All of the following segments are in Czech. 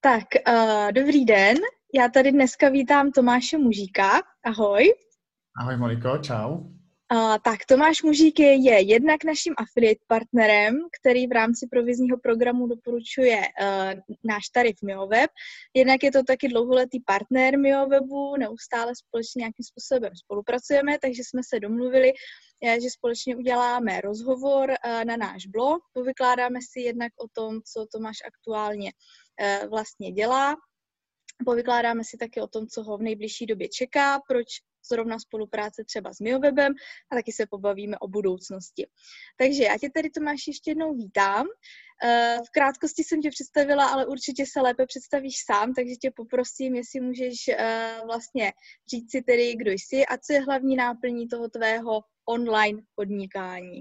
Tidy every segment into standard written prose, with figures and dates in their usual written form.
Tak, dobrý den. Já tady dneska vítám Tomáše Mužíka. Ahoj. Ahoj Moniko, čau. Tak Tomáš Mužík je jednak naším affiliate partnerem, který v rámci provizního programu doporučuje náš tarif MioWeb. Jednak je to taky dlouholetý partner MioWebu, neustále společně nějakým způsobem spolupracujeme, takže jsme se domluvili, že společně uděláme rozhovor na náš blog. Povykládáme si jednak o tom, co Tomáš aktuálně vlastně dělá. Povykládáme si taky o tom, co ho v nejbližší době čeká, proč zrovna spolupráce třeba s MioWebem a taky se pobavíme o budoucnosti. Takže já tě tady, Tomáš, ještě jednou vítám. V krátkosti jsem tě představila, ale určitě se lépe představíš sám, takže tě poprosím, jestli můžeš vlastně říct si tedy, kdo jsi a co je hlavní náplní toho tvého online podnikání.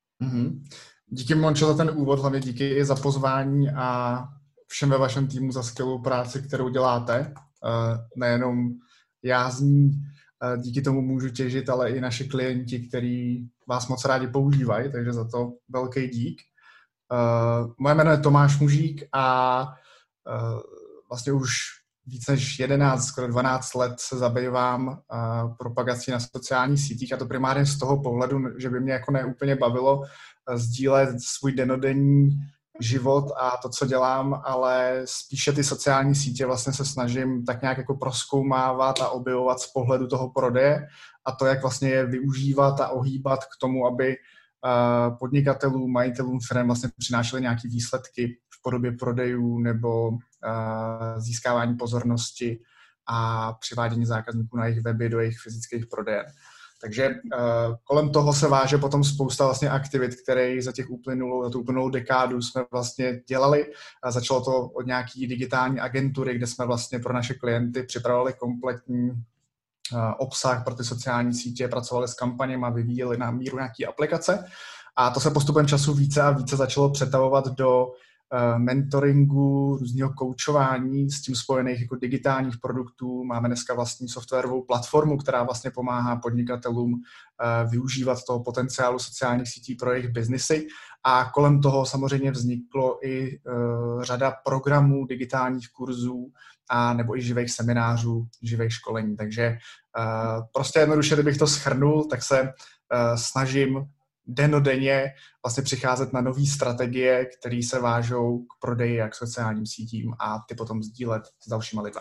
Díky, Mončo, za ten úvod, hlavně díky i za pozvání a všem ve vašem týmu za skvělou práci, kterou děláte. Nejenom já z ní díky tomu můžu těžit, ale i naši klienti, kteří vás moc rádi používají, takže za to velký dík. Moje jméno je Tomáš Mužík a vlastně už víc než 11, skoro 12 let se zabývám propagací na sociálních sítích, a to primárně z toho pohledu, že by mě jako neúplně bavilo sdílet svůj dennodenní život a to, co dělám, ale spíše ty sociální sítě vlastně se snažím tak nějak jako prozkoumávat a objevovat z pohledu toho prodeje a to, jak vlastně je využívat a ohýbat k tomu, aby podnikatelům, majitelům firem vlastně přinášely nějaké výsledky v podobě prodejů nebo získávání pozornosti a přivádění zákazníků na jejich weby do jejich fyzických prodejen. Takže kolem toho se váže potom spousta vlastně aktivit, které za tu uplynulou dekádu jsme vlastně dělali. Začalo to od nějaký digitální agentury, kde jsme vlastně pro naše klienty připravovali kompletní obsah pro ty sociální sítě, pracovali s kampaněmi a vyvíjeli na míru nějaké aplikace. A to se postupem času více a více začalo přetavovat do mentoringu, různého koučování s tím spojených jako digitálních produktů. Máme dneska vlastní softwarovou platformu, která vlastně pomáhá podnikatelům využívat toho potenciálu sociálních sítí pro jejich biznesy. A kolem toho samozřejmě vzniklo i řada programů, digitálních kurzů a nebo i živých seminářů, živých školení. Takže prostě jednoduše, kdybych to shrnul, tak se snažím dennodenně vlastně přicházet na nové strategie, které se vážou k prodeji a k sociálním sítím a ty potom sdílet s dalšíma lidma.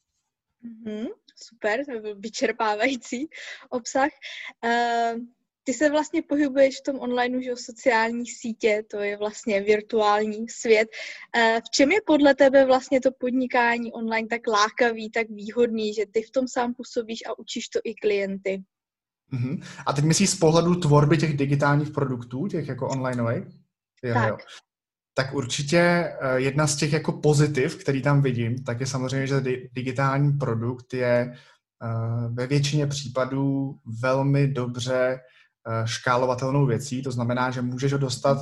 Super, to byl vyčerpávající obsah. Ty se vlastně pohybuješ v tom online už o sociální sítě, to je vlastně virtuální svět. V čem je podle tebe vlastně to podnikání online tak lákavý, tak výhodný, že ty v tom sám působíš a učíš to i klienty? A teď myslíš z pohledu tvorby těch digitálních produktů, těch jako onlineových? Jo. Tak určitě jedna z těch jako pozitiv, který tam vidím, tak je samozřejmě, že digitální produkt je ve většině případů velmi dobře škálovatelnou věcí. To znamená, že můžeš ho dostat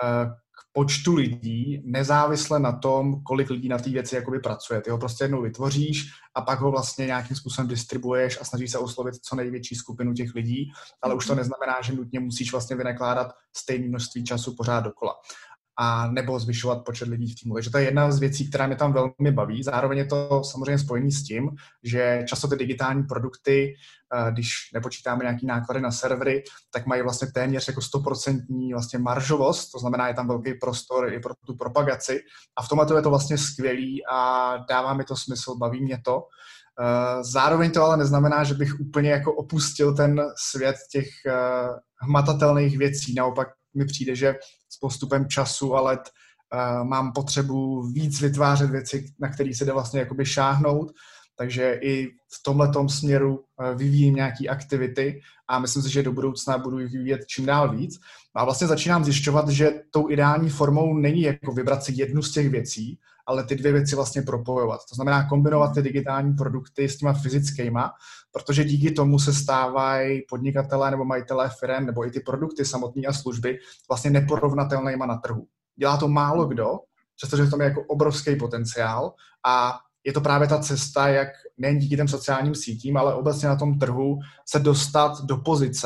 k počtu lidí, nezávisle na tom, kolik lidí na té věci jakoby pracuje. Ty ho prostě jednou vytvoříš a pak ho vlastně nějakým způsobem distribuuješ a snažíš se oslovit co největší skupinu těch lidí, ale už to neznamená, že nutně musíš vlastně vynakládat stejné množství času pořád dokola. A nebo zvyšovat počet lidí v týmu. Takže to je jedna z věcí, která mě tam velmi baví. Zároveň je to samozřejmě spojený s tím, že často ty digitální produkty, když nepočítáme nějaký náklady na servery, tak mají vlastně téměř jako 100% vlastně maržovost, to znamená, je tam velký prostor i pro tu propagaci. A v tomhle je to vlastně skvělý a dává mi to smysl, baví mě to. Zároveň to ale neznamená, že bych úplně jako opustil ten svět těch hmatatelných věcí. Naopak mi přijde, že s postupem času a let mám potřebu víc vytvářet věci, na které se jde vlastně jakoby šáhnout, takže i v tomhletom směru vyvíjím nějaké aktivity a myslím si, že do budoucna budu vyvíjet čím dál víc. A vlastně začínám zjišťovat, že tou ideální formou není jako vybrat si jednu z těch věcí, ale ty dvě věci vlastně propojovat. To znamená kombinovat ty digitální produkty s těma fyzickýma, protože díky tomu se stávají podnikatelé nebo majitelé firem nebo i ty produkty samotné a služby vlastně neporovnatelnýma na trhu. Dělá to málo kdo, přestože v tom je jako obrovský potenciál a je to právě ta cesta, jak nejen díky těm sociálním sítím, ale obecně na tom trhu se dostat do pozice,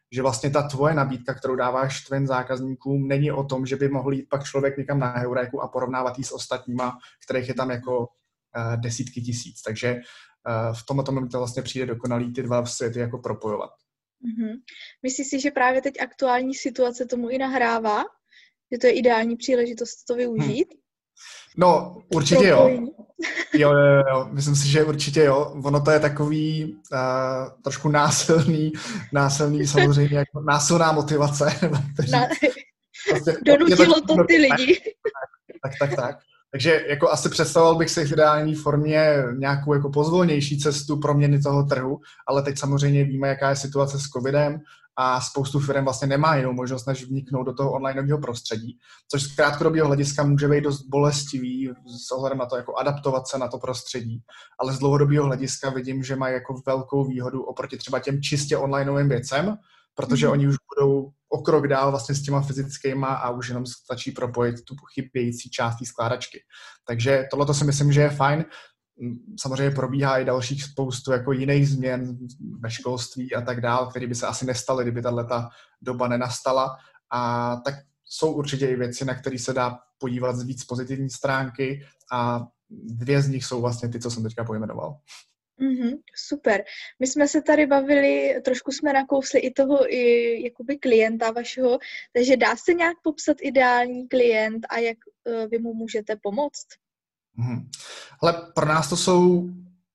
že vlastně ta tvoje nabídka, kterou dáváš tvým zákazníkům, není o tom, že by mohl jít pak člověk někam na Heuréku a porovnávat ji s ostatníma, kterých je tam jako desítky tisíc. Takže v tomto momentě vlastně přijde dokonalý ty dva světy jako propojovat. Mm-hmm. Myslíš si, že právě teď aktuální situace tomu i nahrává? Že to je ideální příležitost to využít? No, určitě jo. Jo. Myslím si, že určitě jo. Ono to je takový trošku násilný samozřejmě, jako násilná motivace. Prostě donutilo to ty lidi. Tak. Takže jako asi představoval bych si v ideální formě nějakou jako pozvolnější cestu proměny toho trhu, ale teď samozřejmě víme, jaká je situace s covidem a spoustu firm vlastně nemá jinou možnost, než vniknout do toho onlineového prostředí, což z krátkodobého hlediska může být dost bolestivý s ohledem na to, jako adaptovat se na to prostředí, ale z dlouhodobého hlediska vidím, že mají jako velkou výhodu oproti třeba těm čistě onlineovým věcem, protože oni už budou o krok dál vlastně s těma fyzickýma a už jenom stačí propojit tu chybějící část té skládačky. Takže tohle si myslím, že je fajn. Samozřejmě probíhá i dalších spoustu jako jiných změn ve školství a tak dál, které by se asi nestaly, kdyby tato doba nenastala. A tak jsou určitě i věci, na které se dá podívat z víc pozitivní stránky a dvě z nich jsou vlastně ty, co jsem teďka pojmenoval. Super. My jsme se tady bavili, trošku jsme nakousli i toho jakoby klienta vašeho, takže dá se nějak popsat ideální klient a jak vy mu můžete pomoct? Ale pro nás to jsou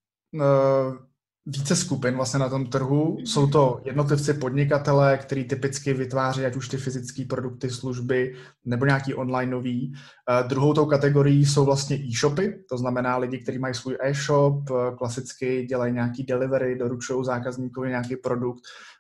více skupin vlastně na tom trhu. Jsou to jednotlivci podnikatelé, kteří typicky vytváří ať už ty fyzické produkty, služby nebo nějaký online nový. Druhou tou kategorií jsou vlastně e-shopy, to znamená lidi, kteří mají svůj e-shop, klasicky dělají nějaký delivery, doručují zákazníkovi nějaký produkt,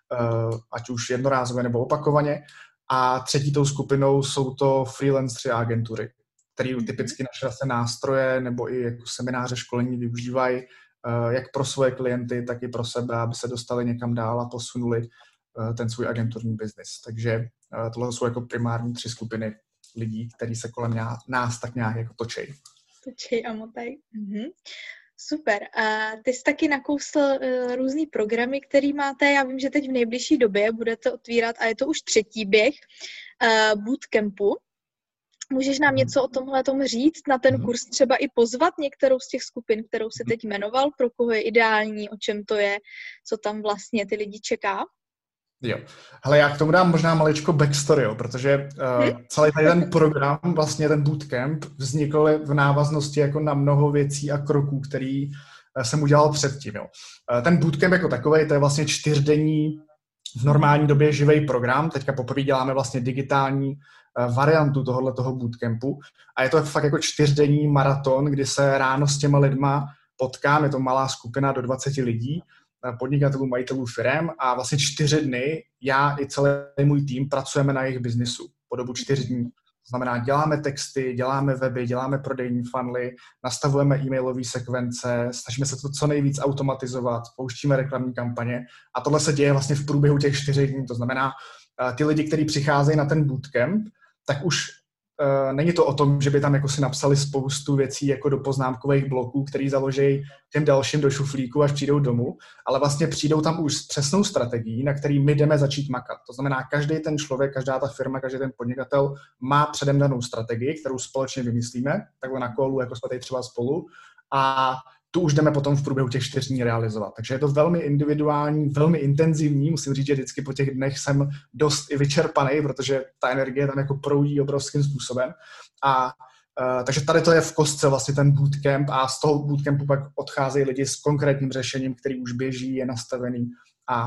ať už jednorázově nebo opakovaně. A třetí tou skupinou jsou to freelancři a agentury, který typicky naše vlastně nástroje nebo i jako semináře, školení využívají jak pro svoje klienty, tak i pro sebe, aby se dostali někam dál a posunuli ten svůj agenturní biznis. Takže tohle jsou jako primární 3 skupiny lidí, kteří se kolem nás tak nějak jako točí. Točí a motají. Super. A ty jsi taky nakousl různý programy, který máte. Já vím, že teď v nejbližší době budete otvírat, a je to už 3. běh, bootcampu. Můžeš nám něco o tomhletom říct, na ten kurz třeba i pozvat některou z těch skupin, kterou se teď jmenoval, pro koho je ideální, o čem to je, co tam vlastně ty lidi čeká? Jo. Hele, já k tomu dám možná maličko backstory, protože celý ten program, vlastně ten bootcamp, vznikl v návaznosti jako na mnoho věcí a kroků, který jsem udělal předtím. Jo. Ten bootcamp jako takovej, to je vlastně 4denní v normální době živý program. Teďka poprvé děláme vlastně digitální variantu tohoto bootcampu a je to fakt jako 4denní maraton, kdy se ráno s těma lidma potkám, je to malá skupina do 20 lidí, podnikatelů, majitelů firem a vlastně 4 dny já i celý můj tým pracujeme na jejich biznisu po dobu 4 dní. To znamená, děláme texty, děláme weby, děláme prodejní funnely, nastavujeme e-mailové sekvence, snažíme se to co nejvíc automatizovat, pouštíme reklamní kampaně a tohle se děje vlastně v průběhu těch 4 dní. To znamená, ty lidi, kteří přicházejí na ten bootcamp, tak už není to o tom, že by tam jako si napsali spoustu věcí jako do poznámkových bloků, který založí těm dalším do šuflíku, až přijdou domů, ale vlastně přijdou tam už s přesnou strategií, na který my jdeme začít makat. To znamená, každý ten člověk, každá ta firma, každý ten podnikatel má předem danou strategii, kterou společně vymyslíme, takhle na kolu, jako jsme tady třeba spolu, a tu už jdeme potom v průběhu těch 4 dní realizovat. Takže je to velmi individuální, velmi intenzivní. Musím říct, že vždycky po těch dnech jsem dost i vyčerpaný, protože ta energie tam jako proudí obrovským způsobem. Takže tady to je v kostce vlastně ten bootcamp a z toho bootcampu pak odcházejí lidi s konkrétním řešením, který už běží, je nastavený a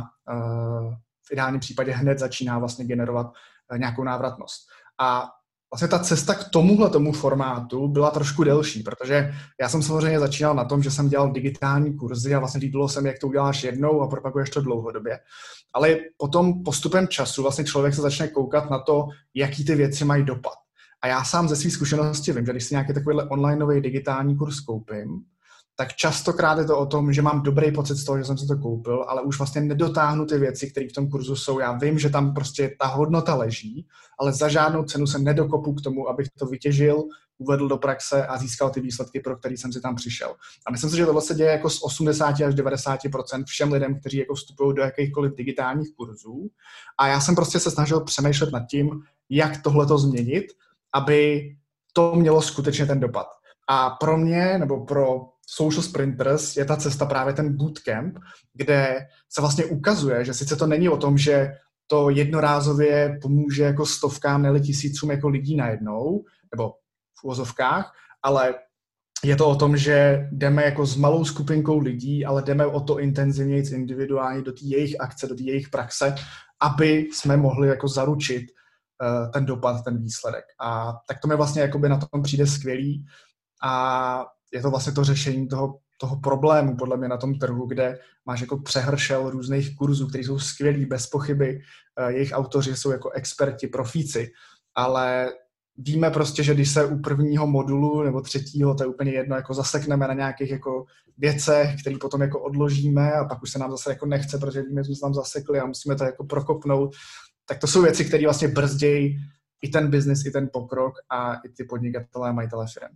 v ideálním případě hned začíná vlastně generovat nějakou návratnost. A vlastně ta cesta k tomu formátu byla trošku delší, protože já jsem samozřejmě začínal na tom, že jsem dělal digitální kurzy a vlastně líbilo se mi, jak to uděláš jednou a propaguješ to dlouhodobě. Ale potom postupem času vlastně člověk se začne koukat na to, jaký ty věci mají dopad. A já sám ze své zkušenosti vím, že když si nějaký takovýhle onlineový digitální kurz koupím, tak častokrát je to o tom, že mám dobrý pocit z toho, že jsem si to koupil, ale už vlastně nedotáhnu ty věci, které v tom kurzu jsou. Já vím, že tam prostě ta hodnota leží, ale za žádnou cenu se nedokopu k tomu, abych to vytěžil, uvedl do praxe a získal ty výsledky, pro který jsem si tam přišel. A myslím si, že tohle se děje jako z 80 až 90% všem lidem, kteří jako vstupují do jakýchkoliv digitálních kurzů. A já jsem prostě se snažil přemýšlet nad tím, jak tohleto změnit, aby to mělo skutečně ten dopad. A pro mě, nebo pro Social Sprinters je ta cesta právě ten bootcamp, kde se vlastně ukazuje, že sice to není o tom, že to jednorázově pomůže jako stovkám, nebo tisícům jako lidí najednou, nebo v uvozovkách, ale je to o tom, že jdeme jako s malou skupinkou lidí, ale jdeme o to intenzivněji, individuálně do té jejich akce, do té jejich praxe, aby jsme mohli jako zaručit ten dopad, ten výsledek. A tak to mi vlastně jakoby na tom přijde skvělý a je to vlastně to řešení toho problému podle mě na tom trhu, kde máš jako přehršel různých kurzů, které jsou skvělí, bez pochyby. Jejich autoři jsou jako experti, profíci, ale víme prostě, že když se u prvního modulu nebo třetího, to je úplně jedno, jako zasekneme na nějakých jako věcech, které potom jako odložíme a pak už se nám zase jako nechce, protože víme, že jsme se tam zasekli a musíme to jako prokopnout, tak to jsou věci, které vlastně brzdějí i ten biznis, i ten pokrok a i ty podnikatelé a majitelé firem.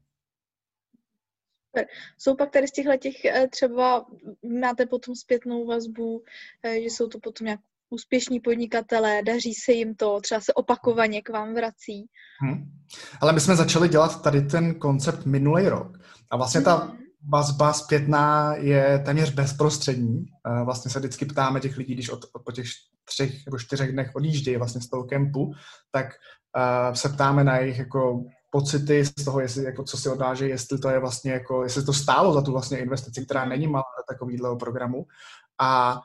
Jsou pak tady z těch třeba máte potom zpětnou vazbu, že jsou to potom nějak úspěšní podnikatelé, daří se jim to, třeba se opakovaně k vám vrací. Ale my jsme začali dělat tady ten koncept minulý rok a vlastně ta vazba zpětná je téměř bezprostřední. Vlastně se vždycky ptáme těch lidí, když po těch 3 nebo 4 dnech odjíždějí vlastně z toho kempu, tak se ptáme na jejich jako pocity z toho, jestli, jako, co si odváží, jestli to je vlastně jako, jestli to stálo za tu vlastně investici, která není malá takovýhleho programu. A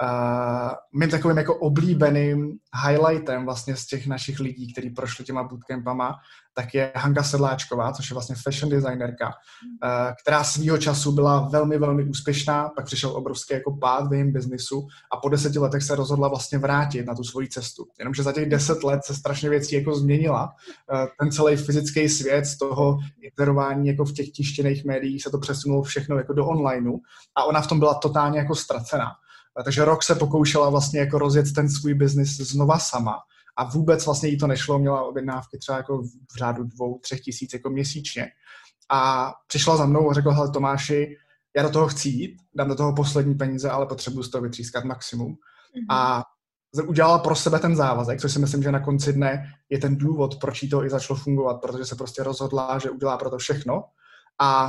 mým takovým jako oblíbeným highlightem vlastně z těch našich lidí, kteří prošli těma bootcampama, tak je Hanka Sedláčková, což je vlastně fashion designerka, která svýho času byla velmi, velmi úspěšná, pak přišel obrovský jako pád v jejím biznisu a po 10 letech se rozhodla vlastně vrátit na tu svoji cestu. Jenomže za těch 10 let se strašně věcí jako změnila. Ten celý fyzický svět z toho iterování jako v těch tištěných médiích se to přesunulo všechno jako do onlineu a ona v tom byla totálně jako ztracená. Takže rok se pokoušela vlastně jako rozjet ten svůj biznis znova sama a vůbec vlastně jí to nešlo, měla objednávky třeba jako v řádu 2-3 tisíc jako měsíčně. A přišla za mnou a řekla, hele Tomáši, já do toho chci jít, dám do toho poslední peníze, ale potřebuji z toho vytřískat maximum. A udělala pro sebe ten závazek, což si myslím, že na konci dne je ten důvod, proč jí to i začalo fungovat, protože se prostě rozhodla, že udělá pro to všechno. A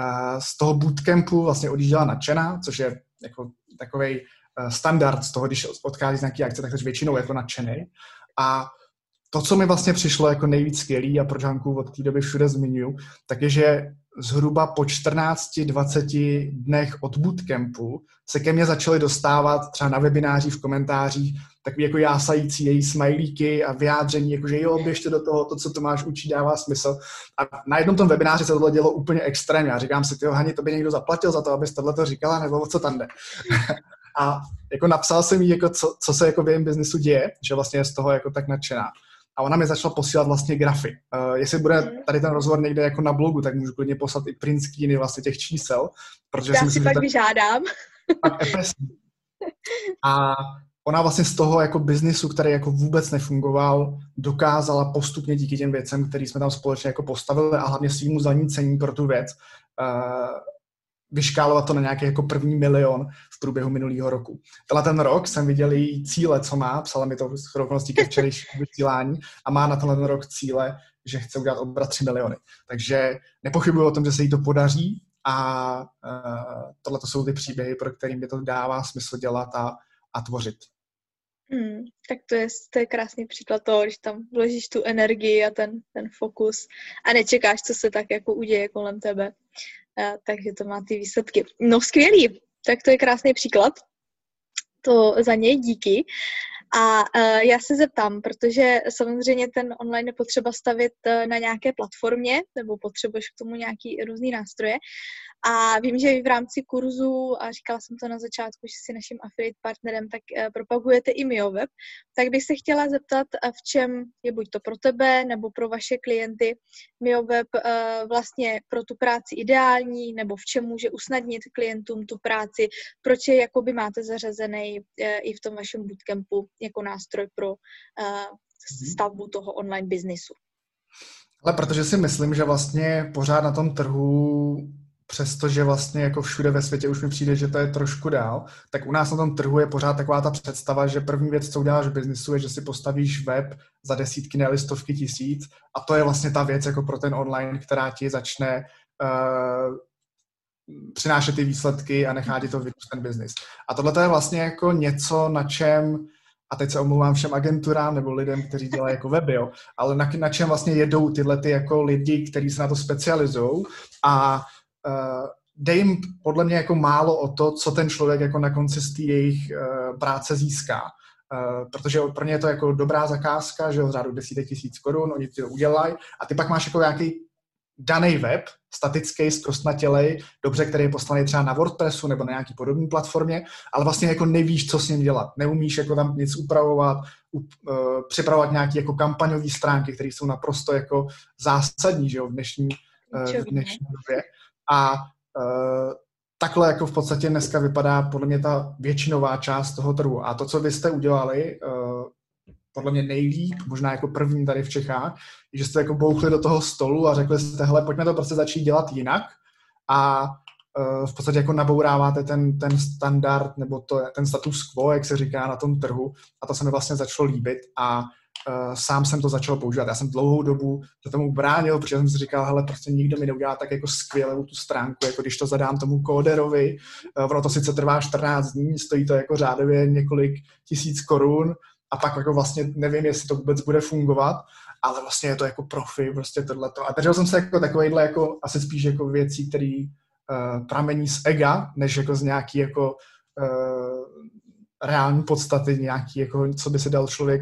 z toho bootcampu vlastně odjížděla nadšená, což je jako takovej standard z toho, když odchází z nějaké akce, tak většinou jako nadšený. A to, co mi vlastně přišlo jako nejvíc skvělý a proč Hanku od té doby všude zmiňuji, tak je, že zhruba po 14-20 dnech od bootcampu se ke mně začaly dostávat třeba na webinářích, v komentářích takový jako jásající její smajlíky a vyjádření, jakože jo, běžte do toho, to, co Tomáš učí, dává smysl. A na jednom tom webináři se tohle dělo úplně extrémně. Já říkám si, tyjo, Hani, to by někdo zaplatil za to, abys tohleto říkala, nebo o co tam jde. A jako napsal jsem jí, jako co se jako v jejím biznisu děje, že vlastně je z toho jako tak nadšená. A ona mi začala posílat vlastně grafy. Jestli bude tady ten rozhovor někde jako na blogu, tak můžu klidně poslat i print screeny vlastně těch čísel. Protože já si pak vyžádám. A ona vlastně z toho jako biznisu, který jako vůbec nefungoval, dokázala postupně díky těm věcem, který jsme tam společně jako postavili a hlavně svýmu zanícení pro tu věc, vyškálovat to na nějaký jako první milion v průběhu minulého roku. Ten rok jsem viděl její cíle, co má, psala mi to v rovnosti ke včerejšímu vysílání a má na tenhle rok cíle, že chce udělat obrat 3 miliony. Takže nepochybuji o tom, že se jí to podaří a tohle jsou ty příběhy, pro kterým by to dává smysl dělat a tvořit. Tak to je krásný příklad toho, když tam vložíš tu energii a ten fokus a nečekáš, co se tak jako uděje kolem tebe. Takže to má ty výsledky. No skvělý, tak to je krásný příklad. To za něj díky. A já se zeptám, protože samozřejmě ten online je potřeba stavit na nějaké platformě, nebo potřebuješ k tomu nějaký různý nástroje. A vím, že v rámci kurzu, a říkala jsem to na začátku, že jsi naším affiliate partnerem, tak propagujete i MioWeb. Tak bych se chtěla zeptat, v čem je buď to pro tebe, nebo pro vaše klienty MioWeb vlastně pro tu práci ideální, nebo v čem může usnadnit klientům tu práci, proč je jakoby máte zařazený i v tom vašem bootcampu jako nástroj pro stavbu toho online biznisu. Ale protože si myslím, že vlastně pořád na tom trhu, přestože vlastně jako všude ve světě už mi přijde, že to je trošku dál, tak u nás na tom trhu je pořád taková ta představa, že první věc, co uděláš v biznisu, je, že si postavíš web za desítky, ne stovky tisíc a to je vlastně ta věc jako pro ten online, která ti začne přinášet ty výsledky a nechá ti to vyrůst ten biznis. A tohle je vlastně jako něco, na čem, a teď se omlouvám všem agenturám nebo lidem, kteří dělají jako weby, jo, ale na čem vlastně jedou tyhle ty jako lidi, kteří se na to specializují a dej jim podle mě jako málo o to, co ten člověk jako na konci z té jejich práce získá. Protože pro ně je to jako dobrá zakázka, že jo, v řádu desítek tisíc korun, oni ti to udělají a ty pak máš jako nějaký daný web, statický, zkostnatělej, dobře, který je poslaný třeba na WordPressu nebo na nějaký podobné platformě, ale vlastně jako nevíš, co s ním dělat. Neumíš jako tam nic upravovat, připravovat nějaké jako kampaňové stránky, které jsou naprosto jako zásadní, že jo, v dnešní době. A takhle jako v podstatě dneska vypadá podle mě ta většinová část toho trhu. A to, co vy jste udělali, podle mě nejlíp, možná jako první tady v Čechách, že jste jako bouchli do toho stolu a řekli jste, hele, pojďme to prostě začít dělat jinak a v podstatě jako nabouráváte ten standard nebo ten status quo, jak se říká na tom trhu a to se mi vlastně začalo líbit a sám jsem to začal používat. Já jsem dlouhou dobu se tomu bránil, protože jsem si říkal, hele, prostě nikdo mi neudělá tak jako skvělou tu stránku, jako když to zadám tomu kóderovi. Ono to sice trvá 14 dní, stojí to jako řádově několik tisíc korun a pak jako vlastně nevím, jestli to vůbec bude fungovat, ale vlastně je to jako profi, prostě tohleto. A držel jsem se jako takovýhle jako asi spíš jako věcí, které pramení z ega, než jako z nějaký jako reální podstaty, nějaký, jako, co by si dal člověk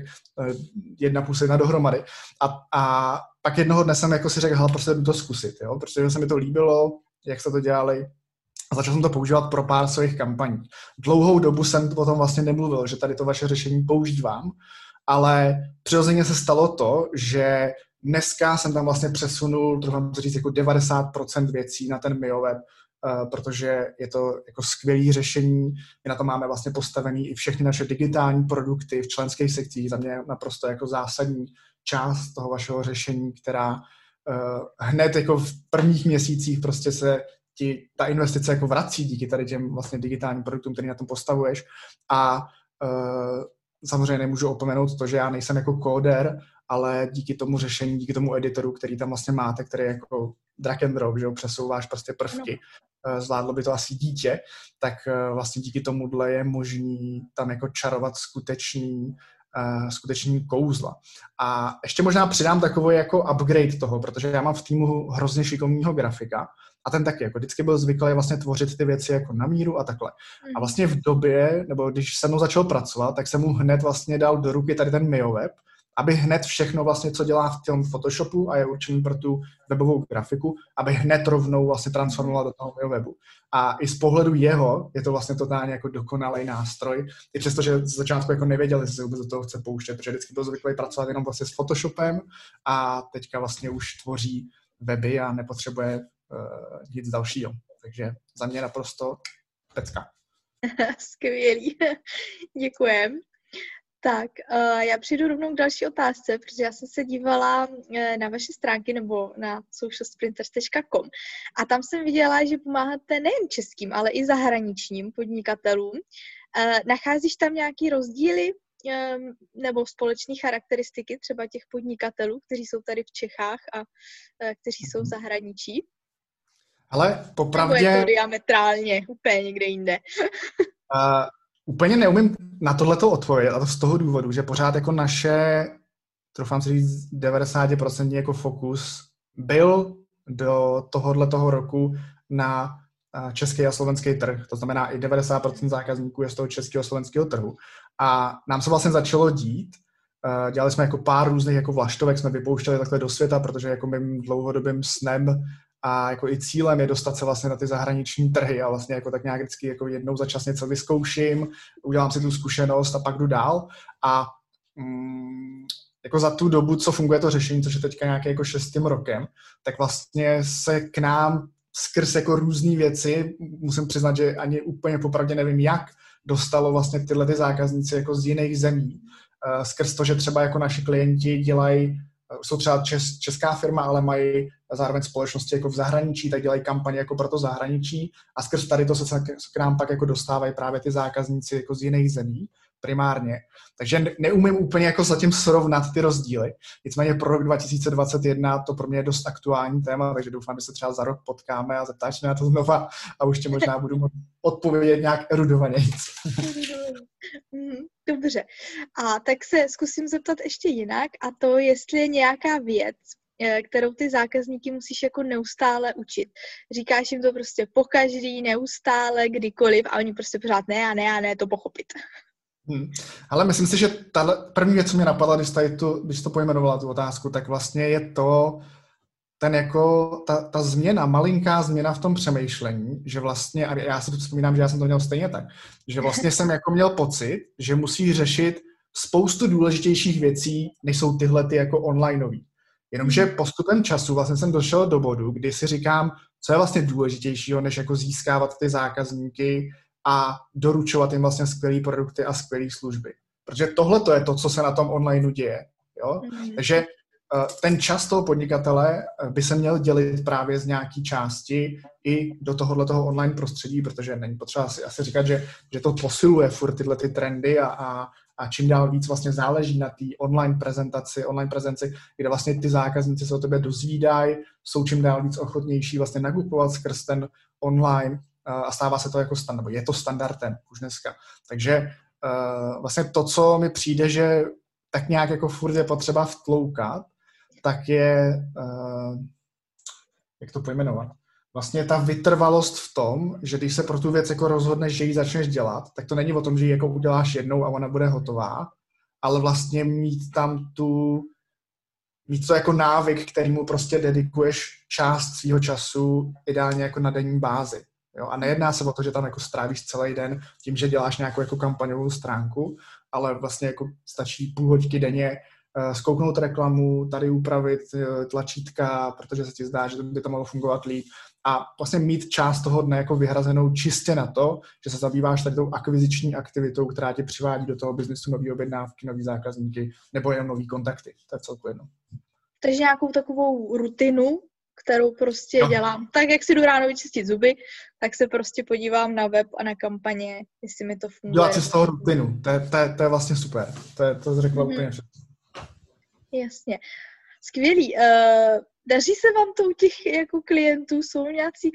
1+1 dohromady. A pak jednoho dne jsem jako si řekl, hele, prostě jdu to zkusit, jo? Protože se mi to líbilo, jak se to dělali. A začal jsem to používat pro pár svých kampaní. Dlouhou dobu jsem o tom vlastně nemluvil, že tady to vaše řešení používám, ale přirozeně se stalo to, že dneska jsem tam vlastně přesunul, trochu říct, jako 90% věcí na ten MioWeb, protože je to jako skvělé řešení. My na to máme vlastně postavený i všechny naše digitální produkty v členských sekcích. Za mě je naprosto jako zásadní část toho vašeho řešení, která hned jako v prvních měsících prostě se ti ta investice jako vrací díky tady těm vlastně digitálním produktům, který na tom postavuješ. A samozřejmě nemůžu opomenout to, že já nejsem jako kóder, ale díky tomu řešení, díky tomu editoru, který tam vlastně máte, který je jako drag and drop, že jo, přesouváš prostě prvky, zvládlo by to asi dítě, tak vlastně díky tomuhle je možný tam jako čarovat skutečný kouzla. A ještě možná přidám takový jako upgrade toho, protože já mám v týmu hrozně šikovného grafika a ten taky jako vždycky byl zvyklý vlastně tvořit ty věci jako na míru a takhle. A vlastně v době, nebo když se mnou začal pracovat, tak jsem mu hned vlastně dal do ruky tady ten MioWeb, aby hned všechno vlastně, co dělá v tom Photoshopu a je určený pro tu webovou grafiku, aby hned rovnou vlastně transformoval do toho MioWebu. A i z pohledu jeho je to vlastně totálně jako dokonalý nástroj, i přesto, že z začátku jako nevěděl, jestli se vůbec do toho chce pouštět, protože vždycky byl zvyklý pracovat jenom vlastně s Photoshopem a teďka vlastně už tvoří weby a nepotřebuje nic dalšího. Takže za mě naprosto pecka. Skvělý. Děkujem. Tak, já přijdu rovnou k další otázce, protože já jsem se dívala na vaše stránky nebo na socialsprinters.com a tam jsem viděla, že pomáháte nejen českým, ale i zahraničním podnikatelům. Nacházíš tam nějaký rozdíly nebo společné charakteristiky třeba těch podnikatelů, kteří jsou tady v Čechách a kteří jsou v zahraničí? Ale popravdě... Nebo je to diametrálně úplně někde jinde? Úplně neumím na tohleto odpovědět, a to z toho důvodu, že pořád jako naše, troufám si říct, 90% jako fokus byl do tohoto roku na český a slovenský trh, to znamená i 90% zákazníků je z toho českého a slovenského trhu. A nám se vlastně začalo dít, dělali jsme jako pár různých jako vlaštovek, jsme vypouštěli takhle do světa, protože jako mým dlouhodobým snem a jako i cílem je dostat se vlastně na ty zahraniční trhy a vlastně jako tak nějak vždycky jako jednou za čas něco vyzkouším, udělám si tu zkušenost a pak jdu dál. A jako za tu dobu, co funguje to řešení, což je teďka nějaký jako 6. rokem, tak vlastně se k nám skrz jako různý věci, musím přiznat, že ani úplně popravdě nevím jak, dostalo vlastně tyhle ty zákazníci jako z jiných zemí. Skrz to, že třeba jako naši klienti dělají, jsou třeba česká firma, ale mají zároveň společnosti jako v zahraničí, tak dělají kampaně jako pro to zahraničí a skrz tady to se k nám pak jako dostávají právě ty zákazníci jako z jiných zemí primárně. Takže neumím úplně jako zatím srovnat ty rozdíly. Nicméně pro rok 2021 to pro mě je dost aktuální téma, takže doufám, že se třeba za rok potkáme a zeptáš mě na to znova a už tě možná budu odpovědět nějak erudovaněji. Dobře. A tak se zkusím zeptat ještě jinak, a to jestli je nějaká věc, kterou ty zákazníky musíš jako neustále učit. Říkáš jim to prostě pokaždý, neustále, kdykoliv a oni prostě pořád ne, to pochopit. Ale myslím si, že první věc, co mě napadla, když to pojmenovala tu otázku, tak vlastně je to ta změna, malinká změna v tom přemýšlení, že vlastně, a já si to vzpomínám, že já jsem to měl stejně tak, že vlastně jsem jako měl pocit, že musíš řešit spoustu důležitějších věcí, než jsou tyhle ty jako onlineový. Jenomže postupem času vlastně jsem došel do bodu, kdy si říkám, co je vlastně důležitějšího, než jako získávat ty zákazníky a doručovat jim vlastně skvělý produkty a skvělé služby. Protože tohle to je to, co se na tom onlineu děje. Jo? Takže ten čas toho podnikatele by se měl dělit právě z nějaký části i do toho online prostředí, protože není potřeba asi říkat, že to posiluje furt tyhle ty trendy a čím dál víc vlastně záleží na té online prezenci, kde vlastně ty zákazníci se o tebe dozvídají, jsou čím dál víc ochotnější vlastně nakupovat skrz ten online a stává se to jako standard, je to standardem už dneska. Takže vlastně to, co mi přijde, že tak nějak jako furt je potřeba vtloukat, tak je, jak to pojmenovat, vlastně ta vytrvalost v tom, že když se pro tu věc jako rozhodneš, že ji začneš dělat, tak to není o tom, že ji jako uděláš jednou a ona bude hotová, ale vlastně mít to jako návyk, kterému prostě dedikuješ část svýho času, ideálně jako na denní bázi. Jo? A nejedná se o to, že tam jako strávíš celý den tím, že děláš nějakou jako kampaňovou stránku, ale vlastně jako stačí půl hodiny denně zkouknout reklamu, tady upravit tlačítka, protože se ti zdá, že by to mohlo fungovat líp a vlastně mít část toho dne jako vyhrazenou čistě na to, že se zabýváš tady tou akviziční aktivitou, která tě přivádí do toho biznesu nový objednávky, nový zákazníky nebo jenom nový kontakty. To je celku jedno. Takže nějakou takovou rutinu, kterou prostě dělám. Tak, jak si jdu ráno vyčistit zuby, tak se prostě podívám na web a na kampaně, jestli mi to funguje. Dělat si z toho rutinu, to je vlastně super. To řekla úplně všechno. Jasně. Skvělý. Daří se vám to u těch jako klientů? Jsou nějací,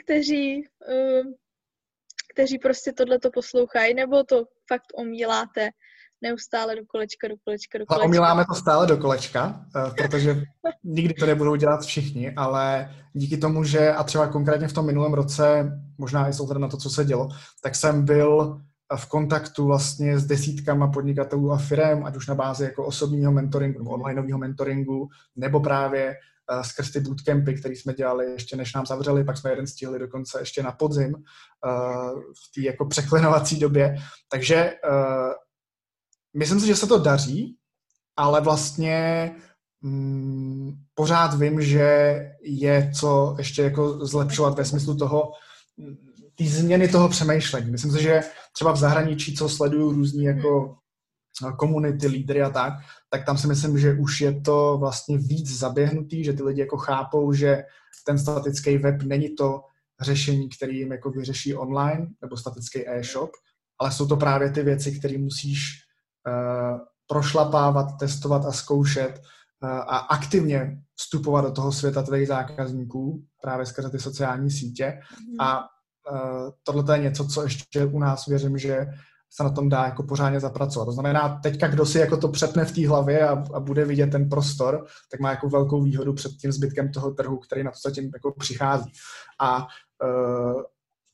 kteří prostě tohleto poslouchají, nebo to fakt omíláte neustále do kolečka? Omíláme to stále do kolečka, protože nikdy to nebudou dělat všichni, ale díky tomu, že a třeba konkrétně v tom minulém roce, možná i s ohledem na to, co se dělo, tak jsem byl v kontaktu vlastně s desítkama podnikatelů a firem, ať už na bázi jako osobního mentoringu nebo onlineového mentoringu, nebo právě skrz ty bootcampy, které jsme dělali ještě než nám zavřeli, pak jsme jeden stihli dokonce ještě na podzim v té jako překlenovací době. Takže myslím si, že se to daří, ale vlastně pořád vím, že je co ještě jako zlepšovat ve smyslu toho, ty změny toho přemýšlení. Myslím si, že třeba v zahraničí, co sleduju různý jako komunity, lídry a tak tam si myslím, že už je to vlastně víc zaběhnutý, že ty lidi jako chápou, že ten statický web není to řešení, který jim jako vyřeší online, nebo statický e-shop, ale jsou to právě ty věci, které musíš prošlapávat, testovat a zkoušet a aktivně vstupovat do toho světa tvých zákazníků, právě skrze ty sociální sítě. A tohle je něco, co ještě u nás věřím, že se na tom dá jako pořádně zapracovat. To znamená, teďka, kdo si jako to přepne v té hlavě a bude vidět ten prostor, tak má jako velkou výhodu před tím zbytkem toho trhu, který na to zatím jako přichází. A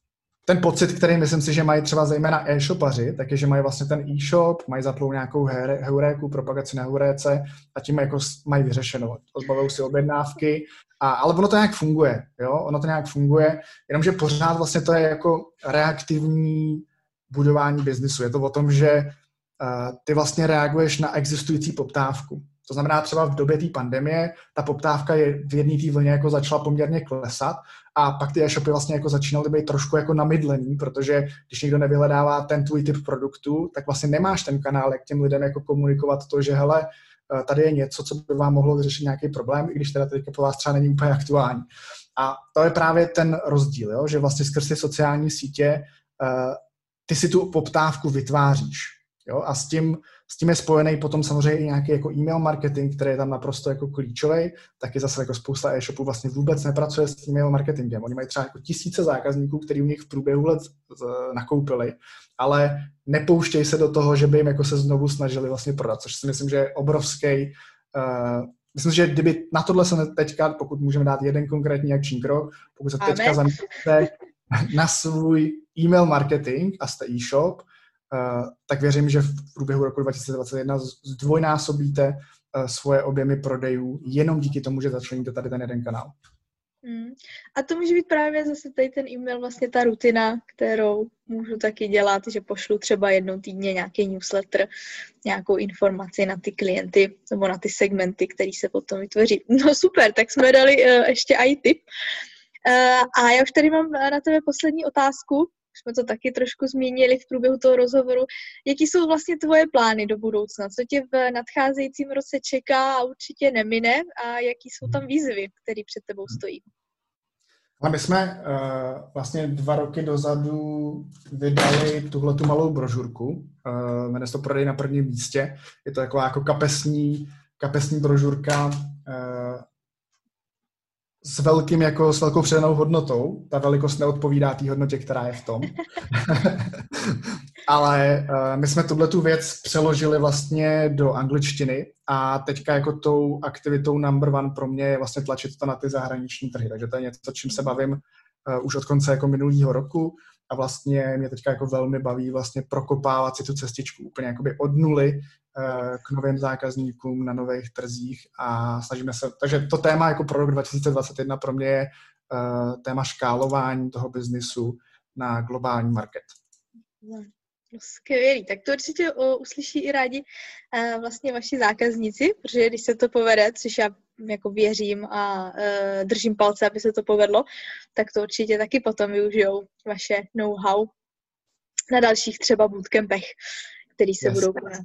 ten pocit, který myslím si, že mají třeba zejména e-shopaři, tak je, že mají vlastně ten e-shop, mají zaplou nějakou heuréku, propagaci na heuréce a tím jako mají vyřešeno. Zbavují si objednávky, ale ono to nějak funguje, jo? Ono to nějak funguje, jenomže pořád vlastně to je jako reaktivní budování biznisu. Je to o tom, že ty vlastně reaguješ na existující poptávku. To znamená třeba v době té pandemie, ta poptávka je v jedné té vlně jako začala poměrně klesat a pak ty e-shopy vlastně jako začínaly být trošku jako namydlený, protože když někdo nevyhledává ten tvůj typ produktu, tak vlastně nemáš ten kanál, jak těm lidem jako komunikovat to, že hele, tady je něco, co by vám mohlo vyřešit nějaký problém, i když teda teďka po vás třeba není úplně aktuální. A to je právě ten rozdíl, jo? Že vlastně skrz ty sociální sítě ty si tu poptávku vytváříš. Jo? A s tím je spojený potom samozřejmě i nějaký jako e-mail marketing, který je tam naprosto jako klíčový. Taky zase jako spousta e-shopů vlastně vůbec nepracuje s e-mail marketingem. Oni mají třeba jako tisíce zákazníků, který u nich v průběhu let nakoupili, ale nepouštějí se do toho, že by jim jako se znovu snažili vlastně prodat, což si myslím, že je obrovský. Myslím, že kdyby na tohle se teďka, pokud můžeme dát jeden konkrétní akční krok, pokud se teďka zaměříte na svůj e-mail marketing a jste e-shop, tak věřím, že v průběhu roku 2021 zdvojnásobíte svoje objemy prodejů jenom díky tomu, že začleníte tady ten jeden kanál. A to může být právě zase tady ten e-mail, vlastně ta rutina, kterou můžu taky dělat, že pošlu třeba jednou týdně nějaký newsletter, nějakou informaci na ty klienty nebo na ty segmenty, které se potom vytvoří. No super, tak jsme dali ještě i tip. A já už tady mám na tebe poslední otázku. Jsme to taky trošku zmínili v průběhu toho rozhovoru. Jaký jsou vlastně tvoje plány do budoucna? Co tě v nadcházejícím roce čeká a určitě nemine? A jaký jsou tam výzvy, které před tebou stojí? A my jsme vlastně 2 roky dozadu vydali tuhletu malou brožurku. Jmenuje se to Prodej na prvním místě. Je to taková jako kapesní brožurka s velkou přidanou hodnotou. Ta velikost neodpovídá té hodnotě, která je v tom. Ale my jsme tuhletu věc přeložili vlastně do angličtiny a teďka jako tou aktivitou number one pro mě je vlastně tlačit to na ty zahraniční trhy. Takže to je něco, čím se bavím už od konce jako minulého roku a vlastně mě teďka jako velmi baví vlastně prokopávat si tu cestičku úplně jakoby od nuly k novým zákazníkům na nových trzích a snažíme se, takže to téma jako pro rok 2021 pro mě je téma škálování toho biznisu na globální market. Skvělý, tak to určitě uslyší i rádi vlastně vaši zákazníci, protože když se to povede, což já jako věřím a držím palce, aby se to povedlo, tak to určitě taky potom využijou vaše know-how na dalších třeba bootcampech, který se budou konat.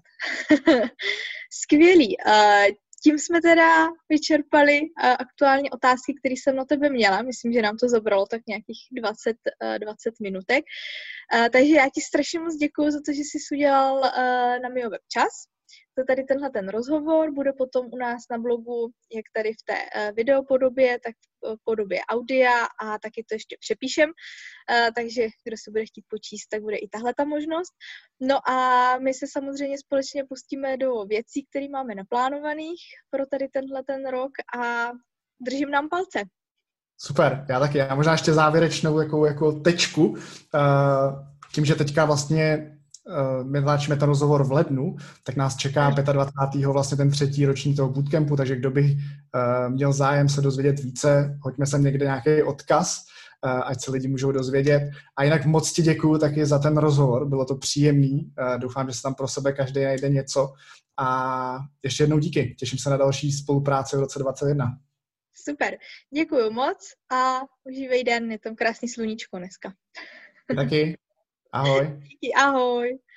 Skvělý. Tím jsme teda vyčerpali aktuální otázky, které jsem na tebe měla. Myslím, že nám to zabralo tak nějakých 20 minutek. Takže já ti strašně moc děkuju za to, že jsi udělal na MioWeb čas. To tady ten rozhovor bude potom u nás na blogu, jak tady v té videopodobě, tak v podobě audia a taky to ještě přepíšem. Takže kdo se bude chtít počíst, tak bude i tahle ta možnost. No a my se samozřejmě společně pustíme do věcí, které máme naplánovaných pro tady ten rok a držím nám palce. Super, já taky. Já možná ještě závěrečnou jako tečku. Tím, že teďka vlastně my natáčíme ten rozhovor v lednu, tak nás čeká 25. vlastně ten 3. ročník toho bootcampu, takže kdo by měl zájem se dozvědět více, hoďme sem někde nějaký odkaz, ať se lidi můžou dozvědět. A jinak moc ti děkuju taky za ten rozhovor, bylo to příjemný, doufám, že se tam pro sebe každý najde něco a ještě jednou díky, těším se na další spolupráci v roce 2021. Super, děkuju moc a užívej den, je tam krásný sluníčko dneska. Taky, ahoj. Díky, ahoj.